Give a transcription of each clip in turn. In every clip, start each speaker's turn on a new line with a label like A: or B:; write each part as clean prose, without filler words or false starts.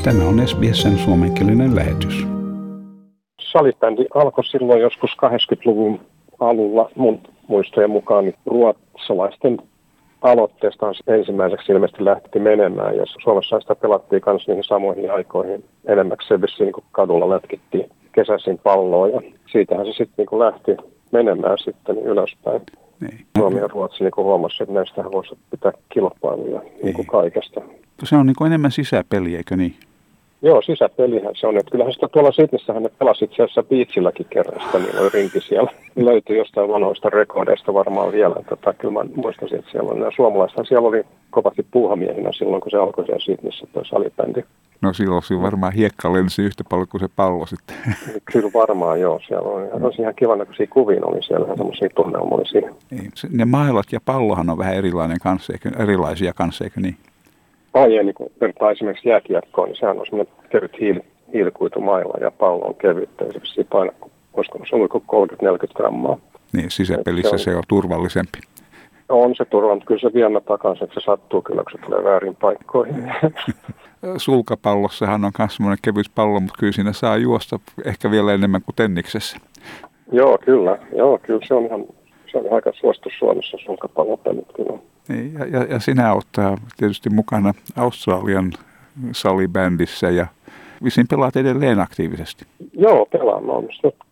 A: Tämä on SBS:n suomenkielinen lähetys.
B: Salibändi alkoi silloin joskus 80-luvun alulla mun muistojen mukaan ruotsalaisten aloitteesta ensimmäiseksi ilmeisesti lähti menemään. Ja Suomessa sitä pelattiin myös niihin samoihin aikoihin. Enemmäksi se niin kadulla lätkittiin kesäisin palloa ja siitähän se sitten niin lähti menemään sitten ylöspäin.
A: Niin.
B: Suomi ja Ruotsi niin huomasi, että näistähän voisi pitää kilpailuja niin kaikesta.
A: Se on niin enemmän sisäpeli, eikö niin?
B: Joo, sisäpelihän se on. Että kyllähän sitä tuolla Sydneyssähän ne pelasi itse asiassa Beachilläkin kerran, sitä niillä oli rinki siellä. Löytyi jostain vanhoista rekordeista varmaan vielä. Kyllä mä muistan, että siellä on nämä suomalaiset. Siellä oli kovasti puuhamiehinä silloin, kun se alkoi siellä Sydneyssä tuo salibändi.
A: No silloin varmaan hiekka lensi yhtä paljon kuin se pallo sitten.
B: Kyllä varmaan joo. Siellä on ihan kiva näköisiä kuvia oli siellä, semmoisia tunnelmoisia.
A: Ne mailat ja pallohan on vähän erilaisia kanssa, eikö niin?
B: Niin kun vertaa esimerkiksi jääkiekkoon, niin sehän on semmoinen kevyt hiilikuitumailla ja pallo on kevyttä. Ja se paina, olisiko se on 30-40 grammaa.
A: Niin, sisäpelissä se on turvallisempi.
B: On se turvallinen, mutta kyllä se vielä takaisin, että se sattuu kyllä, kun se tulee väärin paikkoihin.
A: Sulkapallossahan on myös semmoinen kevyt pallo, mutta kyllä siinä saa juosta ehkä vielä enemmän kuin tenniksessä.
B: Joo, kyllä se on aika suosittu Suomessa sulkapallopelit kyllä.
A: Niin, ja sinä ottaa tietysti mukana Australian salibändissä ja vissiin pelaat edelleen aktiivisesti.
B: Joo, pelaan. Mä oon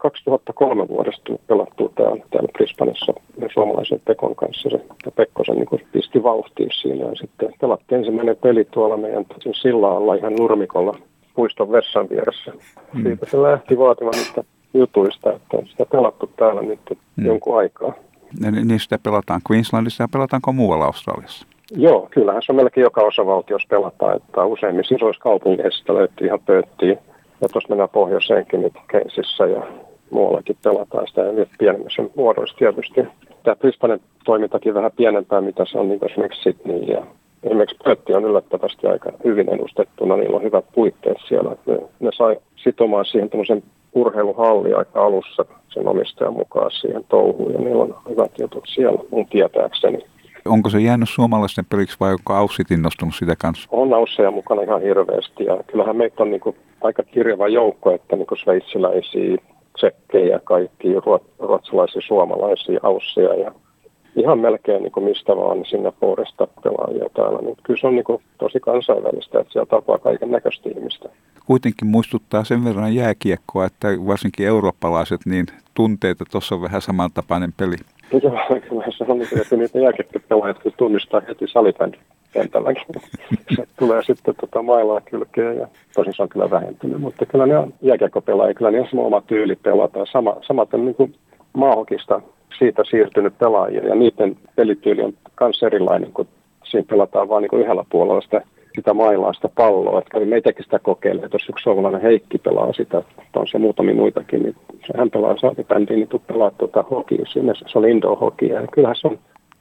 B: 2003 vuodesta pelattu täällä Brisbanessa suomalaisen Pekon kanssa. Ja Pekkosen niin pisti vauhtiin siinä ja sitten pelattiin ensimmäinen peli tuolla meidän sillalla ihan nurmikolla puiston vessan vieressä. Siitä se lähti vaatimaan niistä jutuista, että on sitä pelattu täällä nyt jonkun aikaa.
A: Niin sitä pelataan Queenslandissa ja pelataanko muualla Australiassa?
B: Joo, kyllähän se on melkein joka osavaltiossa pelataan, että useimmissa isoissa kaupungeissa löytyy ihan pööttiä. Ja tuossa mennään pohjoiseenkin nyt Keynesissä ja muuallakin pelataan sitä ja pienemmissä muodoissa tietysti. Tämä Brisbanen toimintakin vähän pienempää, mitä se on niin esimerkiksi Sydney ja esimerkiksi pöötti on yllättävästi aika hyvin edustettuna, niillä on hyvät puitteet siellä. Ne sai sitomaan siihen tämmöisen urheiluhalli aika alussa sen omistajan mukaan siihen touhuun ja niillä on hyvät jutut siellä mun tietääkseni.
A: Onko se jäänyt suomalaisten peliksi vai onko Aussit innostunut sitä kanssa?
B: On Ausseja mukana ihan hirveästi ja kyllähän meitä on aika kirjava joukko, että sveitsiläisiä, tsekkejä, kaikki ruotsalaisia, suomalaisia, Ausseja ja ihan melkein mistä vaan Singaporesta pelaajia täällä. Niin kyllä se on tosi kansainvälistä, että siellä tapaa kaiken näköistä ihmistä.
A: Kuitenkin muistuttaa sen verran jääkiekkoa, että varsinkin eurooppalaiset niin tuntee, että tuossa on vähän samantapainen peli.
B: Joo, kyllä se on että niitä jääkiekkopelaajat tunnistaa heti salibändin kentälläkin. Se tulee sitten mailaa kylkeen ja tosin se on kyllä vähentynyt, mutta kyllä ne on jääkiekkopelaajia, kyllä ne on sama oma tyyli pelata. Samaten maahokista siitä siirtynyt pelaajia ja niiden pelityyli on myös erilainen, kun siinä pelataan vain yhdellä puolella sitä mailaa, sitä palloa. Että kävimme itsekin sitä kokeilemaan, että jos yksi suomalainen Heikki pelaa sitä, että on se muutamia muitakin, niin hän pelaa salibändiä, niin tuu pelaa hokia sinne. Se on indoor-hokia ja kyllähän se on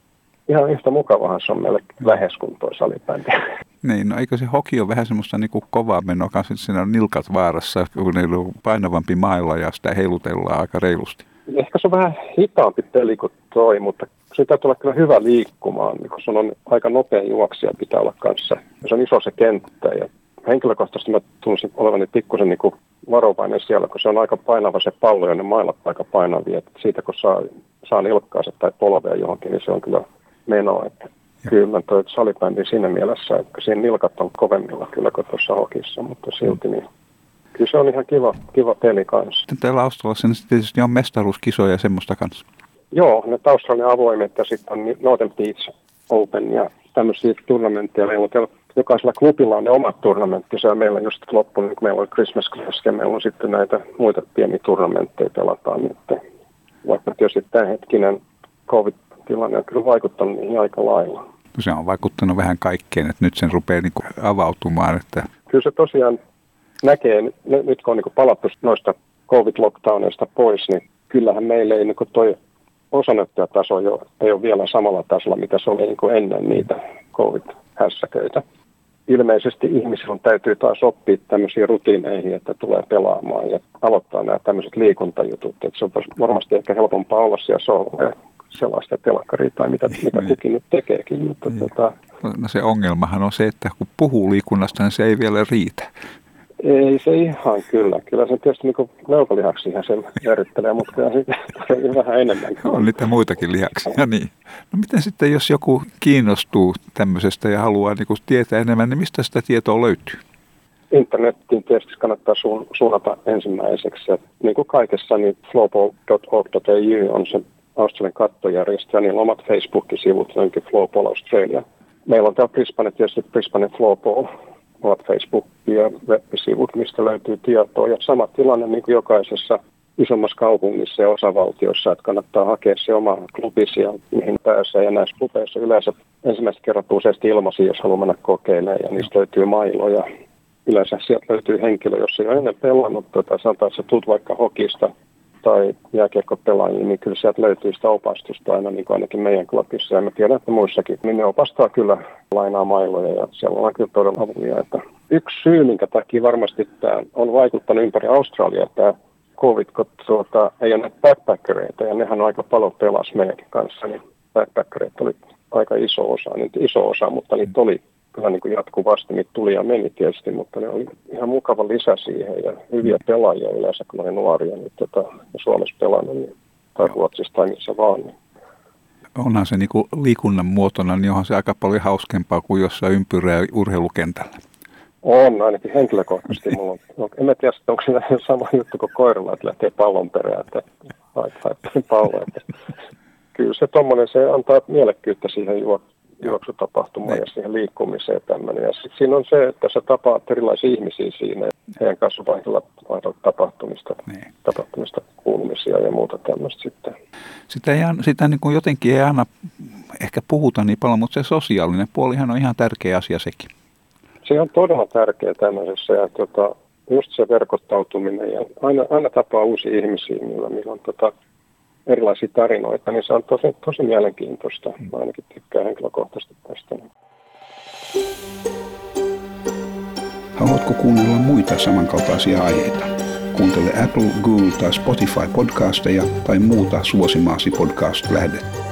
B: ihan yhtä mukavahan se on meille lähes kuin tuo salibändi.
A: Niin, no eikö se hoki ole vähän semmoista kovaa menoa kanssa, että siinä on nilkat vaarassa, kun ne on painavampi mailla ja sitä heilutellaan aika reilusti.
B: Ehkä se on vähän hitaampi peli kuin toi, mutta se täytyy olla kyllä hyvä liikkumaan, kun se on aika nopea juoksija pitää olla kanssa. Ja se on iso se kenttä ja henkilökohtaisesti mä tunsin olevani pikkusen varovainen siellä, kun se on aika painava se pallo ja ne mailat aika painavia. Että siitä kun saa nilkkaansa tai polvea johonkin, niin se on kyllä menoa. Että kyllä mä toi salibändi siinä mielessä, että siinä nilkat on kovemmilla kyllä kuin tuossa hokissa, mutta silti niin. Kyllä se on ihan kiva peli kanssa.
A: Täällä Australiassa tietysti on mestaruuskisoja ja semmoista kanssa.
B: Joo, ne Australian avoimet ja sitten on Northern Beach Open ja tämmöisiä turnamentteja. Meillä on jokaisella klubilla on ne omat turnamenttinsa ja meillä just loppu, niin meillä on Christmas Clash ja meillä on sitten näitä muita pieniä turnamentteja pelataan nyt. Vaikka tietysti tämänhetkinen COVID-tilanne on kyllä vaikuttanut niihin aika lailla.
A: No se on vaikuttanut vähän kaikkeen, että nyt sen rupeaa avautumaan. Että
B: Kyllä se tosiaan näkee, nyt kun on palattu noista COVID-lockdowneista pois, niin kyllähän meillä ei toi osanottajataso ei ole vielä samalla tasolla, mitä se oli ennen niitä COVID-hässäköitä. Ilmeisesti ihmisen täytyy taas oppia tämmöisiin rutiineihin, että tulee pelaamaan ja aloittaa nämä tämmöiset liikuntajutut. Että se on varmasti ehkä helpompaa olla siellä sohvalla sellaista telakkaria tai mitä kukin nyt tekeekin. Mutta
A: No se ongelmahan on se, että kun puhuu liikunnasta, niin se ei vielä riitä.
B: Ei se ihan kyllä. Kyllä se tietysti niin leukalihaksi ihan sen erittelee, mutta kyllä se vähän enemmän.
A: On niitä muitakin lihaksia, niin. No miten sitten, jos joku kiinnostuu tämmöisestä ja haluaa niin kuin tietää enemmän, niin mistä sitä tietoa löytyy?
B: Internettiin tietysti kannattaa suunnata ensimmäiseksi. Ja niin kuin kaikessa, niin flowball.org.au on se Australian kattojärjestö, ja niillä on omat Facebook-sivut, jonkin Flowball Australia. Meillä on täällä Brisbane tietysti Brisbane Flowball, ovat Facebook- ja web-sivut, mistä löytyy tietoa. Ja sama tilanne niin kuin jokaisessa isommassa kaupungissa ja osavaltiossa, että kannattaa hakea se oma klubisi, mihin pääsee. Ja näissä klubeissa yleensä ensimmäistä kertaa useasti ilmaisia, jos haluaa mennä kokeilemaan, ja niistä löytyy mailoja. Yleensä sieltä löytyy henkilö, jos ei ole ennen pelannut, sanotaan, että sä tulet vaikka hokista tai jääkiekkopelaajia, niin kyllä sieltä löytyy sitä opastusta aina, niin kuin ainakin meidän klubissa. Ja mä tiedän, että muissakin, niin ne opastaa kyllä lainaa mailoja, ja siellä on kyllä todella avulia. Että yksi syy, minkä takia varmasti tämä on vaikuttanut ympäri Australiaa, tämä COVID, kun ei ole näitä backpackereita, ja nehän on aika paljon pelasi meidänkin kanssa, niin backpackereita oli aika iso osa, mutta niitä oli kyllä niin kuin jatkuvasti, niitä tuli ja meni tietysti, mutta ne oli ihan mukava lisä siihen, ja hyviä pelaajia yleensä, kun oli nuoria, niin Suomessa pelannut, niin, tai Ruotsissa tai missä vaan. Niin.
A: Onhan se niin kuin liikunnan muotona, niin onhan se aika paljon hauskempaa kuin jossain ympyrää urheilukentällä.
B: On, ainakin henkilökohtaisesti. Mulla on, en mä tiedä, onko se sama juttu kuin koiralla, että lähtee pallon perään, että haittaa palloa. Kyllä se tommoinen, se antaa mielekkyyttä siihen juoksutapahtumaan ja siihen liikkumiseen ja tämmöinen. Ja sitten siinä on se, että sä tapaat erilaisia ihmisiä siinä, heidän kanssa vaihdolla tapahtumista kuulumisia ja muuta tämmöistä sitten.
A: Sitä niin kuin jotenkin ei aina ehkä puhuta niin paljon, mutta se sosiaalinen puolihan on ihan tärkeä asia sekin.
B: Se on todella tärkeä tämmöisessä ja just se verkottautuminen ja aina tapaa uusia ihmisiä, millä on erilaisia tarinoita, niin se on tosi mielenkiintoista. Mä ainakin tykkään henkilökohtaisesti tästä.
C: Haluatko kuunnella muita samankaltaisia aiheita? Kuuntele Apple, Google tai Spotify podcasteja tai muuta suosimaasi podcast-lähdettä.